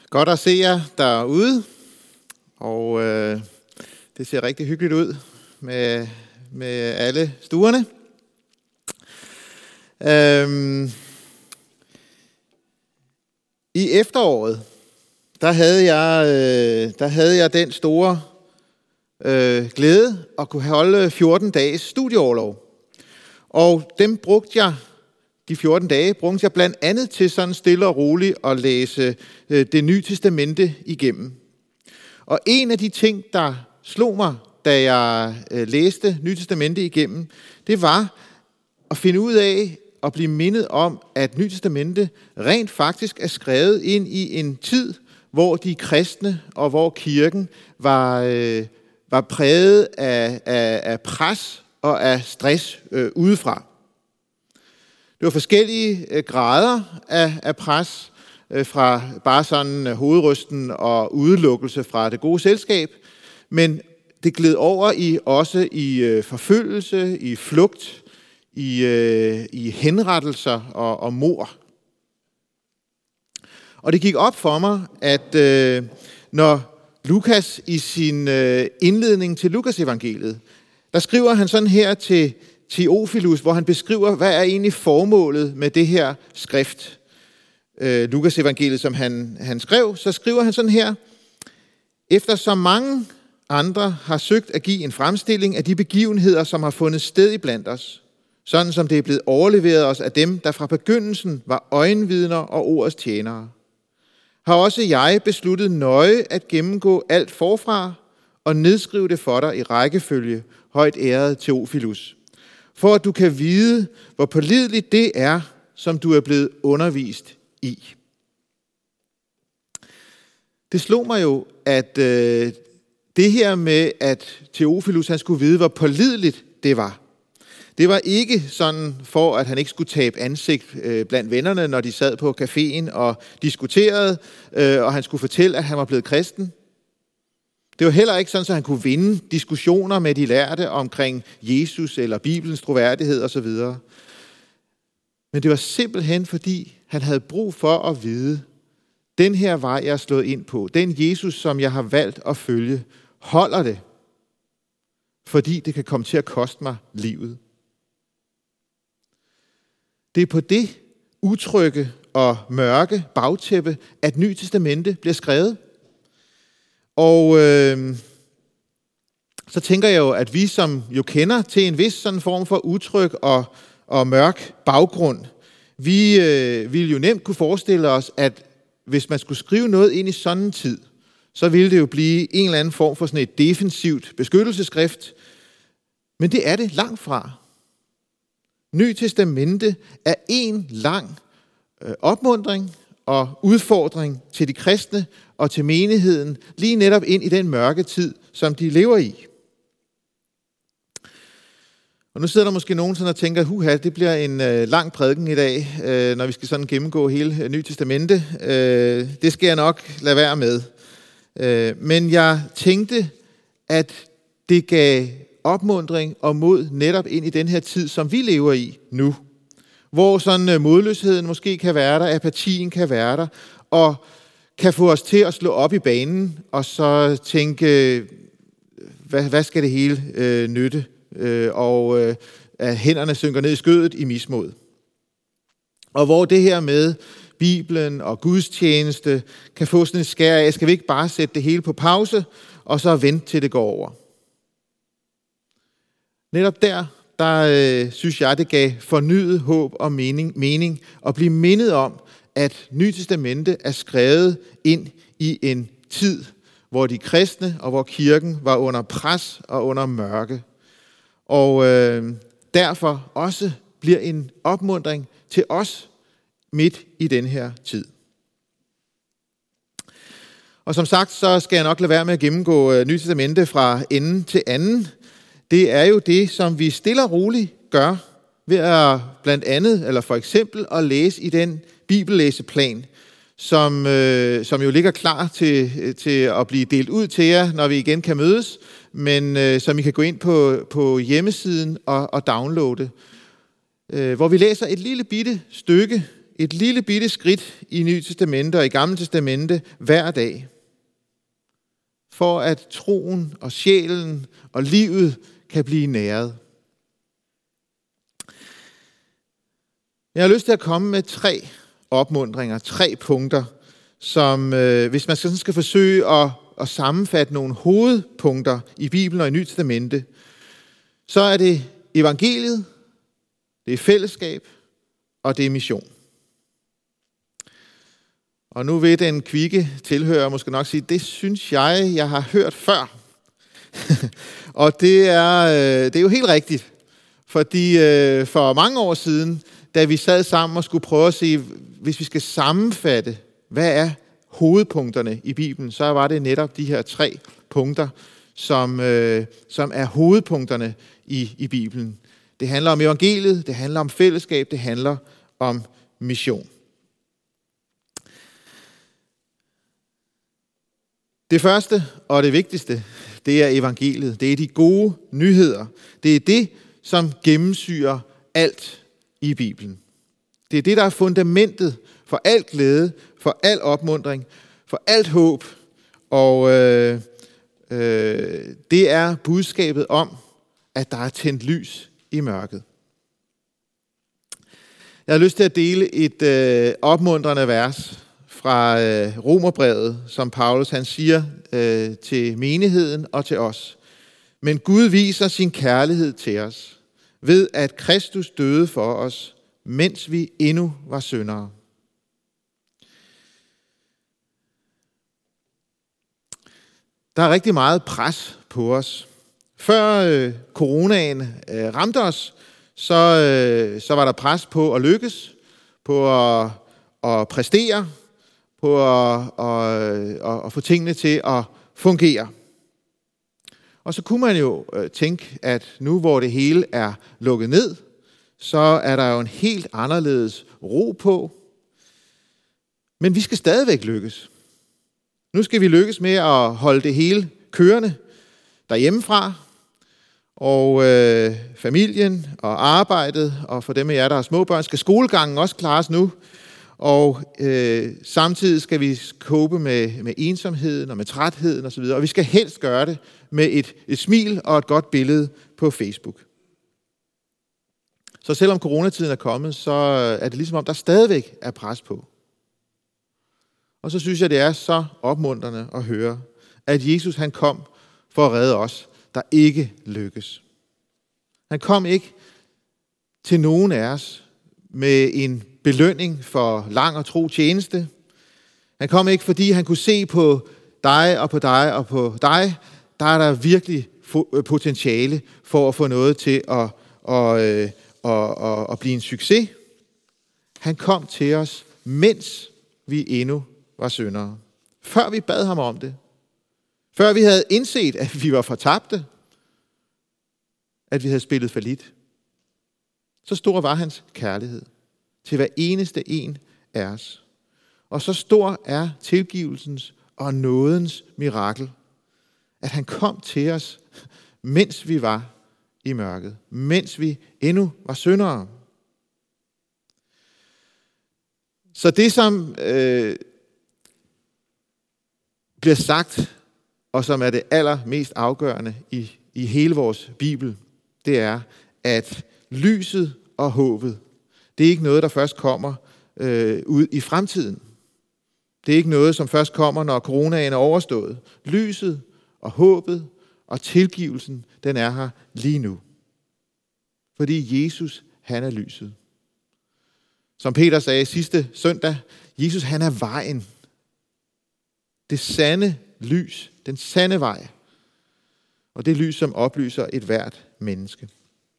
Godt at se jer derude, og det ser rigtig hyggeligt ud med alle stuerne. I efteråret, der havde jeg den store glæde at kunne holde 14 dages studieorlov. Og de 14 dage brugte jeg blandt andet til sådan stille og roligt at læse det nye testamente igennem. Og en af de ting, der slog mig, da jeg læste Nye Testamente igennem, det var at finde ud af og blive mindet om, at Nye Testamente rent faktisk er skrevet ind i en tid, hvor de kristne og hvor kirken var præget af pres og af stress udefra. Det var forskellige grader af pres, fra bare sådan hovedrysten og udelukkelse fra det gode selskab, men det gled over også i forfølgelse, i flugt, i henrettelser og mord. Og det gik op for mig, at når Lukas i sin indledning til Lukas evangeliet, der skriver han sådan her til Theophilus, hvor han beskriver, hvad er egentlig formålet med det her skrift. Lukas evangeliet, som han skrev, så skriver han sådan her: efter så mange andre har søgt at give en fremstilling af de begivenheder, som har fundet sted iblandt os, sådan som det er blevet overleveret os af dem, der fra begyndelsen var øjenvidner og ordets tjenere, har også jeg besluttet nøje at gennemgå alt forfra og nedskrive det for dig i rækkefølge, højt æret Theophilus, for at du kan vide, hvor pålideligt det er, som du er blevet undervist i. Det slog mig jo, at det her med, at Theophilus han skulle vide, hvor pålideligt det var ikke sådan for, at han ikke skulle tabe ansigt blandt vennerne, når de sad på caféen og diskuterede, og han skulle fortælle, at han var blevet kristen. Det var heller ikke sådan, at han kunne vinde diskussioner med de lærde omkring Jesus eller Bibelens troværdighed osv. Men det var simpelthen, fordi han havde brug for at vide, den her vej, jeg er slået ind på, den Jesus, som jeg har valgt at følge, holder det, fordi det kan komme til at koste mig livet. Det er på det utrygge og mørke bagtæppe, at Nye Testamente bliver skrevet. Og så tænker jeg jo, at vi som jo kender til en vis sådan form for utryg og mørk baggrund, vi ville jo nemt kunne forestille os, at hvis man skulle skrive noget ind i sådan en tid, så ville det jo blive en eller anden form for sådan et defensivt beskyttelsesskrift. Men det er det langt fra. Nye Testamente er en lang opmuntring og udfordring til de kristne og til menigheden, lige netop ind i den mørke tid, som de lever i. Og nu sidder der måske nogen sådan og tænker, det bliver en lang prædiken i dag, når vi skal sådan gennemgå hele Nye Testamente. Det skal jeg nok lade være med. Men jeg tænkte, at det gav opmuntring og mod netop ind i den her tid, som vi lever i nu. Hvor sådan modløsheden måske kan være der, apatien kan være der, og kan få os til at slå op i banen, og så tænke, hvad skal det hele nytte? Og at hænderne synker ned i skødet i mismod. Og hvor det her med Bibelen og gudstjeneste kan få sådan et skær af, skal vi ikke bare sætte det hele på pause, og så vente til det går over. Netop der synes jeg, det gav fornyet håb og mening at blive mindet om, at Nye Testamente er skrevet ind i en tid, hvor de kristne og hvor kirken var under pres og under mørke. Og derfor også bliver en opmuntring til os midt i den her tid. Og som sagt, så skal jeg nok lade være med at gennemgå Nye Testamente fra ende til anden. Det er jo det, som vi stille og roligt gør ved at blandt andet, eller for eksempel, at læse i den bibellæseplan, som jo ligger klar til at blive delt ud til jer, når vi igen kan mødes, men som I kan gå ind på hjemmesiden og downloade. Hvor vi læser et lille bitte stykke et lille bitte skridt i Nye Testamente og i Gamle Testamente hver dag, for at troen og sjælen og livet kan blive næret. Jeg har lyst til at komme med 3 opmuntringer, 3 punkter, som hvis man skal forsøge at sammenfatte nogle hovedpunkter i Bibelen og i Nye Testamente, så er det evangeliet, det er fællesskab, og det er mission. Og nu vil den kvikke tilhører måske nok sige, det synes jeg har hørt før. Og det er jo helt rigtigt. Fordi for mange år siden, da vi sad sammen og skulle prøve at se, hvis vi skal sammenfatte, hvad er hovedpunkterne i Bibelen, så var det netop de her 3 punkter, som er hovedpunkterne i Bibelen. Det handler om evangeliet, det handler om fællesskab, det handler om mission. Det første og det vigtigste, det er evangeliet. Det er de gode nyheder. Det er det, som gennemsyrer alt i Bibelen. Det er det, der er fundamentet for al glæde, for al opmuntring, for alt håb. Og det er budskabet om, at der er tændt lys i mørket. Jeg har lyst til at dele et opmuntrende vers fra Romerbrevet, som Paulus han siger til menigheden og til os. Men Gud viser sin kærlighed til os, ved at Kristus døde for os, mens vi endnu var syndere. Der er rigtig meget pres på os. Før coronaen ramte os, så var der pres på at lykkes, på at præstere, på at få tingene til at fungere. Og så kunne man jo tænke, at nu hvor det hele er lukket ned, så er der jo en helt anderledes ro på. Men vi skal stadigvæk lykkes. Nu skal vi lykkes med at holde det hele kørende derhjemmefra. Og familien og arbejdet, og for dem af jer, der har små børn, skal skolegangen også klares nu. Og samtidig skal vi cope med ensomheden og med trætheden osv. Og vi skal helst gøre det med et smil og et godt billede på Facebook. Så selvom coronatiden er kommet, så er det ligesom om, der stadigvæk er pres på. Og så synes jeg, det er så opmuntrende at høre, at Jesus han kom for at redde os, der ikke lykkes. Han kom ikke til nogen af os med en belønning for lang og tro tjeneste. Han kom ikke, fordi han kunne se på dig og på dig og på dig. Der er der virkelig potentiale for at få noget til at blive en succes. Han kom til os, mens vi endnu var syndere. Før vi bad ham om det. Før vi havde indset, at vi var fortabte. At vi havde spillet fallit. Så stor var hans kærlighed til hver eneste en af os. Og så stor er tilgivelsens og nådens mirakel, at han kom til os, mens vi var i mørket. Mens vi endnu var syndere. Så det, som bliver sagt, og som er det allermest afgørende i hele vores Bibel, det er, at lyset og håbet, det er ikke noget, der først kommer ud i fremtiden. Det er ikke noget, som først kommer, når coronaen er overstået. Lyset og håbet og tilgivelsen, den er her lige nu. Fordi Jesus, han er lyset. Som Peter sagde sidste søndag, Jesus, han er vejen. Det sande lys, den sande vej. Og det lys, som oplyser et hvert menneske.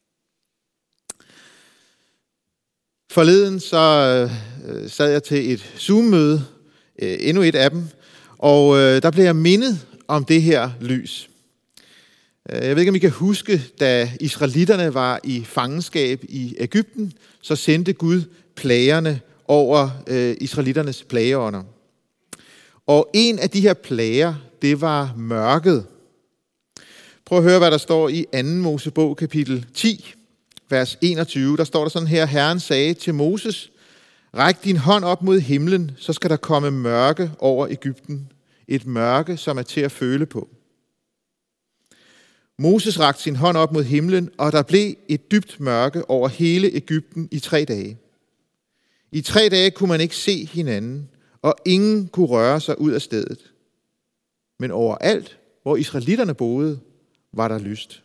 Forleden så sad jeg til et Zoom-møde, endnu et af dem, og der blev jeg mindet om det her lys. Jeg ved ikke, om I kan huske, da israelitterne var i fangenskab i Egypten, så sendte Gud plagerne over israelitternes plageånder. Og en af de her plager, det var mørket. Prøv at høre, hvad der står i 2. Mosebog, kapitel 10, vers 21. Der står der sådan her: Herren sagde til Moses: Ræk din hånd op mod himlen, så skal der komme mørke over Egypten. Et mørke, som er til at føle på. Moses rakte sin hånd op mod himlen, og der blev et dybt mørke over hele Egypten i 3 dage. I 3 dage kunne man ikke se hinanden, og ingen kunne røre sig ud af stedet. Men overalt, hvor israelitterne boede, var der lyst.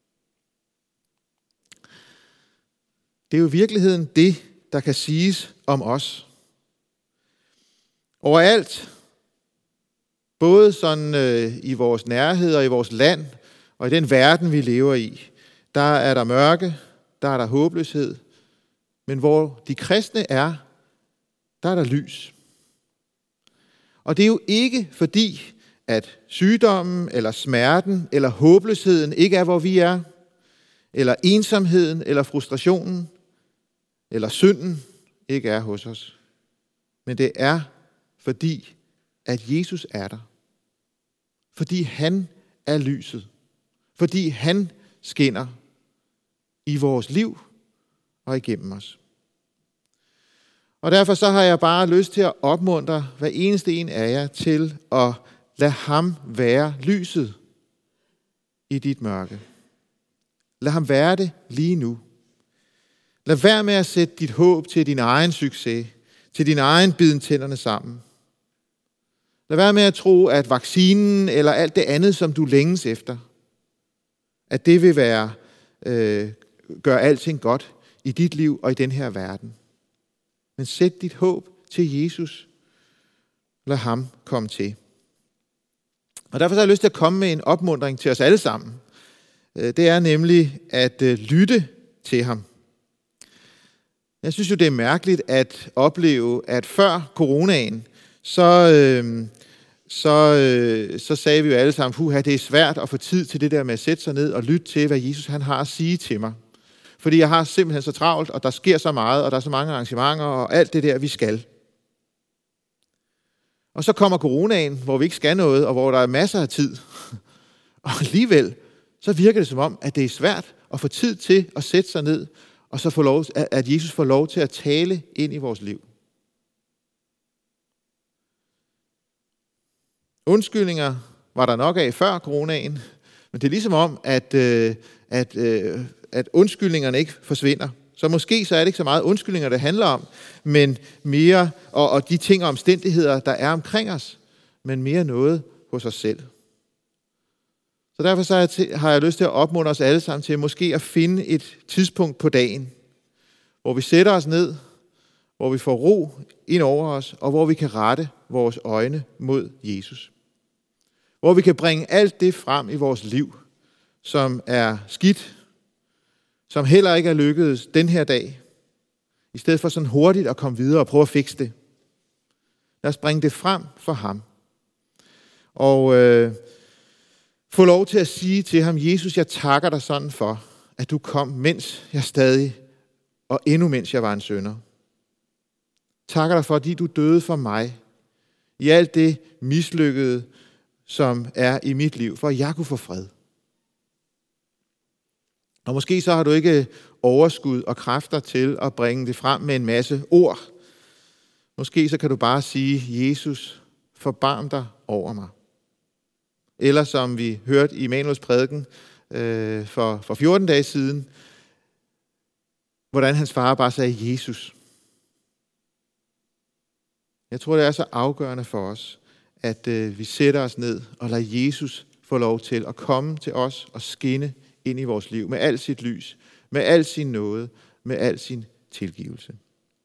Det er jo i virkeligheden det, der kan siges om os. Overalt, både sådan i vores nærhed og i vores land, og i den verden, vi lever i, der er der mørke, der er der håbløshed. Men hvor de kristne er, der er der lys. Og det er jo ikke fordi, at sygdommen, eller smerten, eller håbløsheden ikke er, hvor vi er, eller ensomheden, eller frustrationen, eller synden ikke er hos os. Men det er fordi, at Jesus er der. Fordi han er lyset. Fordi han skinner i vores liv og igennem os. Og derfor så har jeg bare lyst til at opmuntre hver eneste en af jer til at lade ham være lyset i dit mørke. Lad ham være det lige nu. Lad være med at sætte dit håb til din egen succes, til din egen biden tænderne sammen. Lad være med at tro, at vaccinen eller alt det andet, som du længes efter, at det vil gøre alting godt i dit liv og i den her verden. Men sæt dit håb til Jesus. Lad ham komme til. Og derfor har jeg lyst til at komme med en opmuntring til os alle sammen. Det er nemlig at lytte til ham. Jeg synes jo, det er mærkeligt at opleve, at før coronaen, så sagde vi jo alle sammen, det er svært at få tid til det der med at sætte sig ned og lytte til, hvad Jesus han har at sige til mig. Fordi jeg har simpelthen så travlt, og der sker så meget, og der er så mange arrangementer, og alt det der, vi skal. Og så kommer coronaen, hvor vi ikke skal noget, og hvor der er masser af tid. Og alligevel, så virker det som om, at det er svært at få tid til at sætte sig ned, og så at Jesus får lov til at tale ind i vores liv. Undskyldninger var der nok af før coronaen, men det er ligesom om, at undskyldningerne ikke forsvinder. Så måske så er det ikke så meget undskyldninger, det handler om, men mere, og de ting og omstændigheder, der er omkring os, men mere noget hos os selv. Så derfor så har jeg lyst til at opmuntre os alle sammen til måske at finde et tidspunkt på dagen, hvor vi sætter os ned, hvor vi får ro ind over os, og hvor vi kan rette vores øjne mod Jesus. Hvor vi kan bringe alt det frem i vores liv, som er skidt, som heller ikke er lykkedes den her dag, i stedet for sådan hurtigt at komme videre og prøve at fikse det. Lad os bringe det frem for ham. Og få lov til at sige til ham, Jesus, jeg takker dig sådan for, at du kom, mens jeg stadig, og endnu mens jeg var en synder. Takker dig for, fordi du døde for mig, i alt det mislykkede, som er i mit liv, for at jeg kunne få fred. Og måske så har du ikke overskud og kræfter til at bringe det frem med en masse ord. Måske så kan du bare sige, Jesus, forbarm dig over mig. Eller som vi hørte i Emanuels prædiken for 14 dage siden, hvordan hans far bare sagde, Jesus. Jeg tror, det er så afgørende for os, at vi sætter os ned og lader Jesus få lov til at komme til os og skinne ind i vores liv med al sit lys, med al sin nåde, med al sin tilgivelse.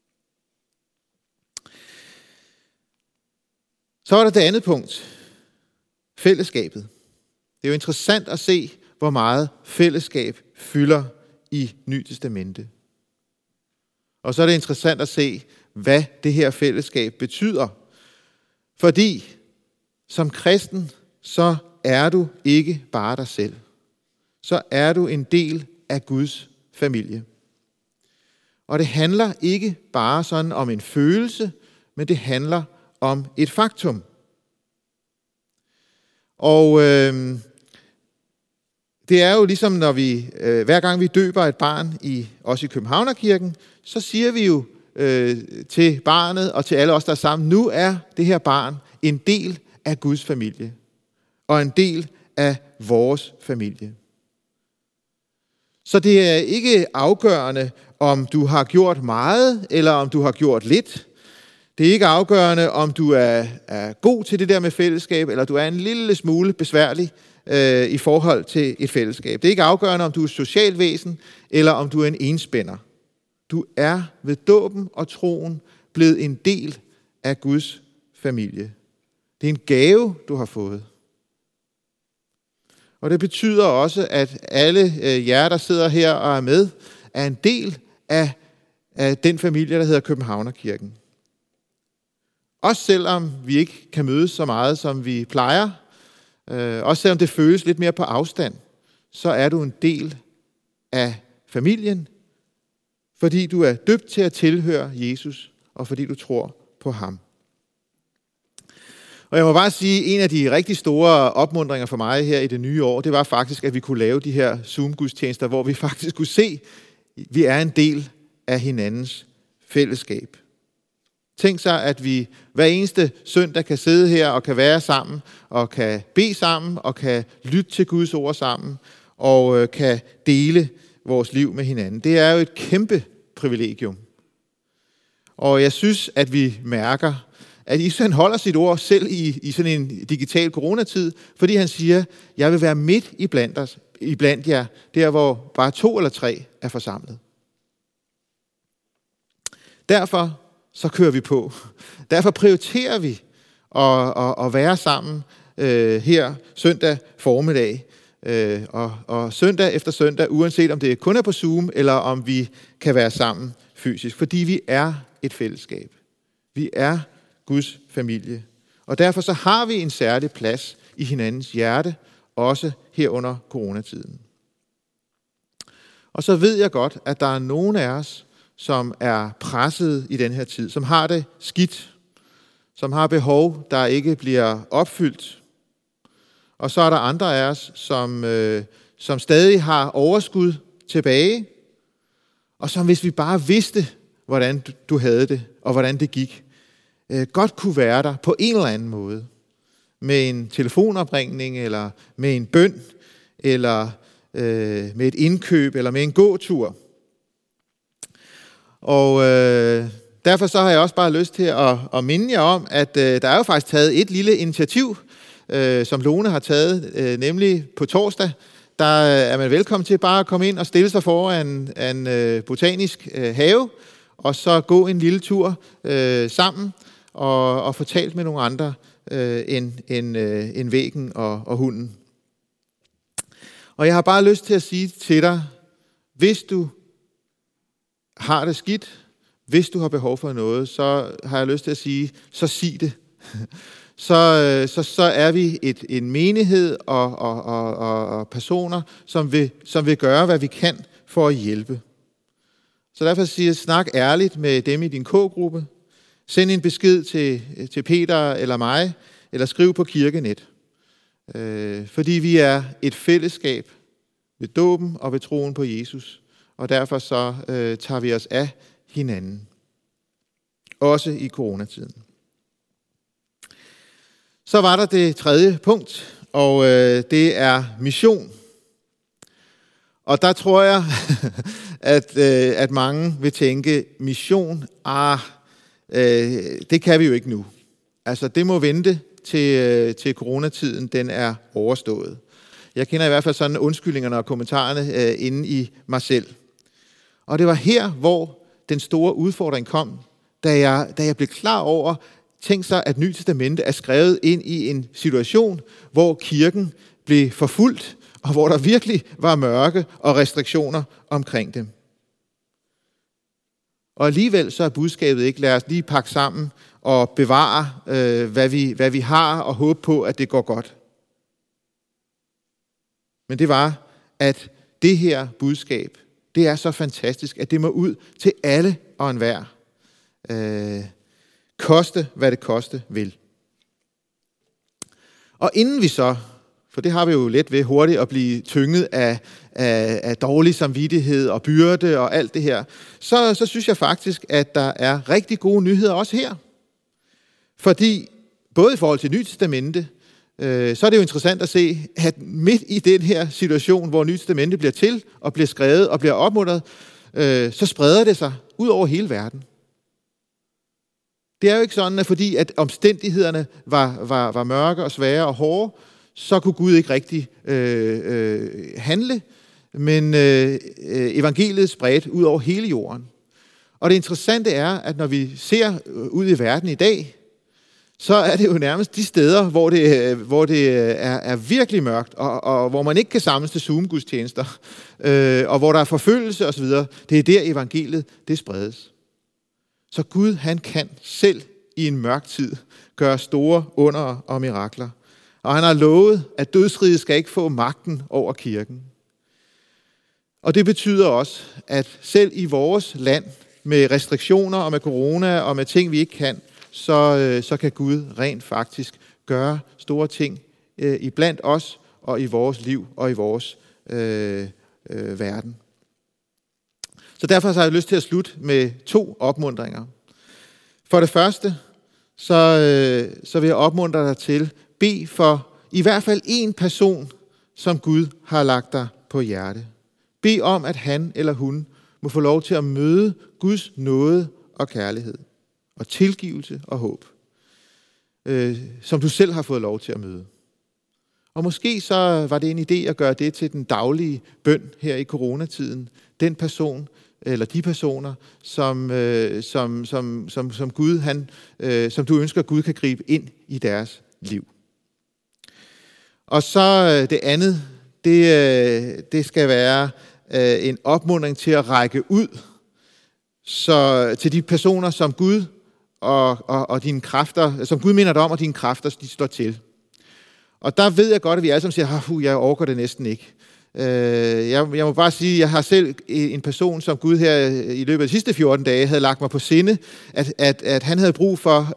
Så er der det andet punkt. Fællesskabet. Det er jo interessant at se, hvor meget fællesskab fylder i Nye Testamente. Og så er det interessant at se, hvad det her fællesskab betyder. Fordi som kristen, så er du ikke bare dig selv. Så er du en del af Guds familie. Og det handler ikke bare sådan om en følelse, men det handler om et faktum. Og det er jo ligesom, når vi hver gang vi døber et barn, også i Københavnerkirken, så siger vi jo til barnet og til alle os, der er sammen. Nu er det her barn en del af Guds familie og en del af vores familie. Så det er ikke afgørende, om du har gjort meget, eller om du har gjort lidt. Det er ikke afgørende, om du er god til det der med fællesskab, eller du er en lille smule besværlig i forhold til et fællesskab. Det er ikke afgørende, om du er socialt væsen, eller om du er en enspænder. Du er ved dåben og troen blevet en del af Guds familie. Det er en gave, du har fået. Og det betyder også, at alle jer, der sidder her og er med, er en del af den familie, der hedder Københavnerkirken. Også selvom vi ikke kan mødes så meget, som vi plejer, også selvom det føles lidt mere på afstand, så er du en del af familien, fordi du er døbt til at tilhøre Jesus, og fordi du tror på ham. Og jeg må bare sige, at en af de rigtig store opmuntringer for mig her i det nye år, det var faktisk, at vi kunne lave de her Zoom-gudstjenester, hvor vi faktisk kunne se, at vi er en del af hinandens fællesskab. Tænk sig, at vi hver eneste søndag kan sidde her og kan være sammen, og kan bede sammen, og kan lytte til Guds ord sammen, og kan dele vores liv med hinanden. Det er jo et kæmpe privilegium. Og jeg synes, at vi mærker, at Jesus han holder sit ord selv i sådan en digital coronatid, fordi han siger, jeg vil være midt iblandt jer, der hvor bare 2 eller 3 er forsamlet. Derfor så kører vi på. Derfor prioriterer vi at være sammen her søndag formiddag. Og søndag efter søndag, uanset om det kun er på Zoom, eller om vi kan være sammen fysisk. Fordi vi er et fællesskab. Vi er Guds familie. Og derfor så har vi en særlig plads i hinandens hjerte, også her under coronatiden. Og så ved jeg godt, at der er nogen af os, som er presset i den her tid, som har det skidt, som har behov, der ikke bliver opfyldt. Og så er der andre af os, som stadig har overskud tilbage, og som hvis vi bare vidste, hvordan du havde det, og hvordan det gik, godt kunne være der på en eller anden måde. Med en telefonopringning, eller med en bøn, eller med et indkøb, eller med en gåtur. Og derfor så har jeg også bare lyst til at minde jer om, at der er jo faktisk taget et lille initiativ, som Lone har taget, nemlig på torsdag. Der er man velkommen til bare at komme ind og stille sig foran en botanisk have, og så gå en lille tur sammen og få talt med nogle andre end væggen og hunden. Og jeg har bare lyst til at sige til dig, hvis du har det skidt, hvis du har behov for noget, så har jeg lyst til at sige, så sig det. Så er vi en menighed og personer, som vil gøre, hvad vi kan for at hjælpe. Så derfor siger jeg, snak ærligt med dem i din K-gruppe. Send en besked til Peter eller mig, eller skriv på Kirkenet. Fordi vi er et fællesskab ved dåben og ved troen på Jesus. Og derfor så tager vi os af hinanden. Også i coronatiden. Så var der det tredje punkt, og det er mission. Og der tror jeg, at mange vil tænke, mission, det kan vi jo ikke nu. Altså det må vente til coronatiden, den er overstået. Jeg kender i hvert fald sådan undskyldningerne og kommentarerne inde i mig selv. Og det var her, hvor den store udfordring kom, da jeg blev klar over, tænk sig, at Nye Testamente er skrevet ind i en situation, hvor kirken blev forfulgt, og hvor der virkelig var mørke og restriktioner omkring dem. Og alligevel så er budskabet ikke, lad os lige pakke sammen og bevare, hvad vi har, og håbe på, at det går godt. Men det var, at det her budskab, det er så fantastisk, at det må ud til alle og enhver. Koste, hvad det koste vil. Og inden vi så, For det har vi jo let ved hurtigt at blive tynget af dårlig samvittighed og byrde og alt det her. Så synes jeg faktisk, at der er rigtig gode nyheder også her. Fordi både i forhold til Nye Testamente, så er det jo interessant at se, at midt i den her situation, hvor Nye Testamente bliver til og bliver skrevet og bliver opmuntret, så spreder det sig ud over hele verden. Det er jo ikke sådan, at fordi at omstændighederne var mørke og svære og hårde, så kunne Gud ikke rigtig handle, men evangeliet spredt ud over hele jorden. Og det interessante er, at når vi ser ud i verden i dag, så er det jo nærmest de steder, hvor det er virkelig mørkt, og hvor man ikke kan samles til Zoom-gudstjenester, og hvor der er forfølgelse osv. Det er der evangeliet, det spredes. Så Gud, han kan selv i en mørk tid gøre store under og mirakler. Og han har lovet, at dødsriget skal ikke få magten over kirken. Og det betyder også, at selv i vores land, med restriktioner og med corona og med ting, vi ikke kan, så kan Gud rent faktisk gøre store ting iblandt os og i vores liv og i vores verden. Så derfor har jeg lyst til at slutte med 2 opmuntringer. For det første, så vil jeg opmuntre dig til, bed for i hvert fald en person, som Gud har lagt dig på hjerte. Bed om, at han eller hun må få lov til at møde Guds nåde og kærlighed, og tilgivelse og håb, som du selv har fået lov til at møde. Og måske så var det en idé at gøre det til den daglige bøn her i coronatiden. Den person, eller de personer, som Gud, som du ønsker, Gud kan gribe ind i deres liv. Og så det andet, det skal være en opmuntring til at række ud så til de personer, som Gud og dine kræfter, som Gud minder dig om, og dine kræfter, de står til. Og der ved jeg godt, at vi alle sammen siger, jeg overgår det næsten ikke. Jeg må bare sige, at jeg har selv en person, som Gud her i løbet af de sidste 14 dage havde lagt mig på sinde, at han havde brug for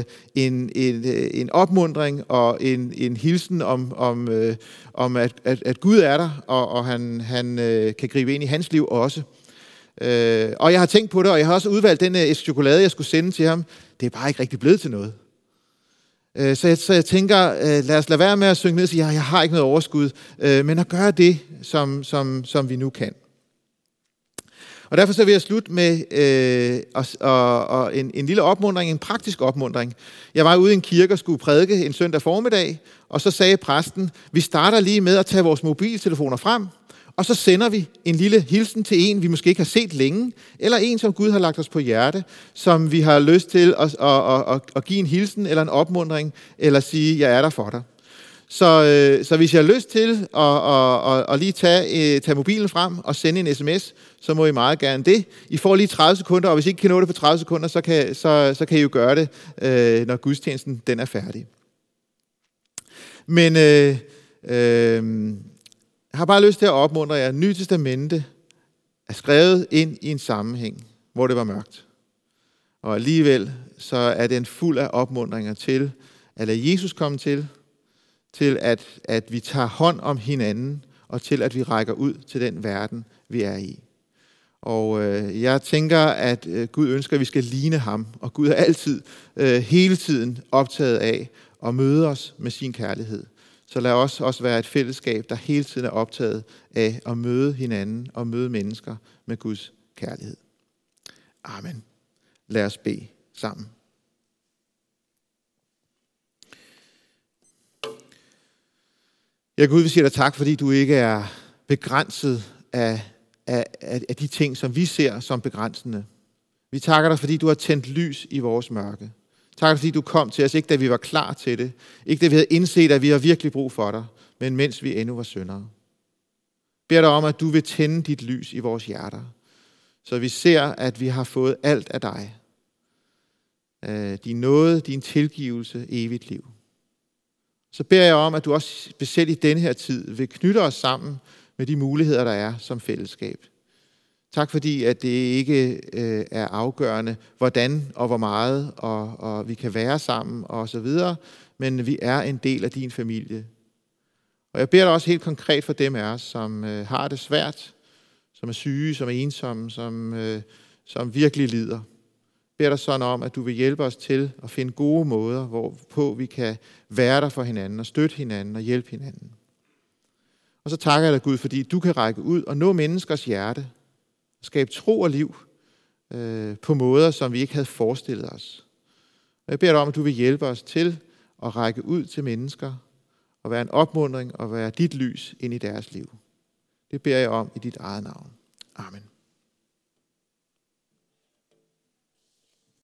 en opmuntring og en hilsen om at Gud er der, og han kan gribe ind i hans liv også. Og jeg har tænkt på det, og jeg har også udvalgt den æske chokolade, jeg skulle sende til ham. Det er bare ikke rigtig blevet til noget. Så jeg tænker, lad os lade være med at synge ned og sige, jeg har ikke noget overskud, men at gøre det, som vi nu kan. Og derfor så vil jeg slutte med en lille opmuntring, en praktisk opmuntring. Jeg var ude i en kirke og skulle prædike en søndag formiddag, og så sagde præsten, vi starter lige med at tage vores mobiltelefoner frem, og så sender vi en lille hilsen til en, vi måske ikke har set længe, eller en, som Gud har lagt os på hjerte, som vi har lyst til at give en hilsen eller en opmuntring, eller sige, jeg er der for dig. Så hvis jeg har lyst til at lige tage mobilen frem og sende en sms, så må I meget gerne det. I får lige 30 sekunder, og hvis I ikke kan nå det på 30 sekunder, så kan I jo gøre det, når gudstjenesten den er færdig. Men jeg har bare lyst til at opmuntre jer. Nye Testamente er skrevet ind i en sammenhæng, hvor det var mørkt. Og alligevel så er den fuld af opmuntringer til at lade Jesus komme til at vi tager hånd om hinanden, og til at vi rækker ud til den verden, vi er i. Og jeg tænker, at Gud ønsker, at vi skal ligne ham, og Gud er altid, hele tiden optaget af at møde os med sin kærlighed. Så lad os også være et fællesskab, der hele tiden er optaget af at møde hinanden og møde mennesker med Guds kærlighed. Amen. Lad os bede sammen. Ja, Gud, vi siger dig tak, fordi du ikke er begrænset af de ting, som vi ser som begrænsende. Vi takker dig, fordi du har tændt lys i vores mørke. Tak, fordi du kom til os, ikke da vi var klar til det, ikke da vi havde indset, at vi har virkelig brug for dig, men mens vi endnu var syndere. Beder dig om, at du vil tænde dit lys i vores hjerter, så vi ser, at vi har fået alt af dig. Din nåde, din tilgivelse, evigt liv. Så beder jeg om, at du også specielt i denne her tid vil knytte os sammen med de muligheder, der er som fællesskab. Tak fordi, at det ikke er afgørende, hvordan og hvor meget, og vi kan være sammen og så videre, men vi er en del af din familie. Og jeg beder dig også helt konkret for dem af os, som har det svært, som er syge, som er ensomme, som virkelig lider. Jeg beder dig sådan om, at du vil hjælpe os til at finde gode måder, hvorpå vi kan være der for hinanden og støtte hinanden og hjælpe hinanden. Og så takker jeg dig, Gud, fordi du kan række ud og nå menneskers hjerte, skabe tro og liv på måder, som vi ikke havde forestillet os. Og jeg beder dig om, at du vil hjælpe os til at række ud til mennesker og være en opmuntring og være dit lys ind i deres liv. Det beder jeg om i dit eget navn. Amen.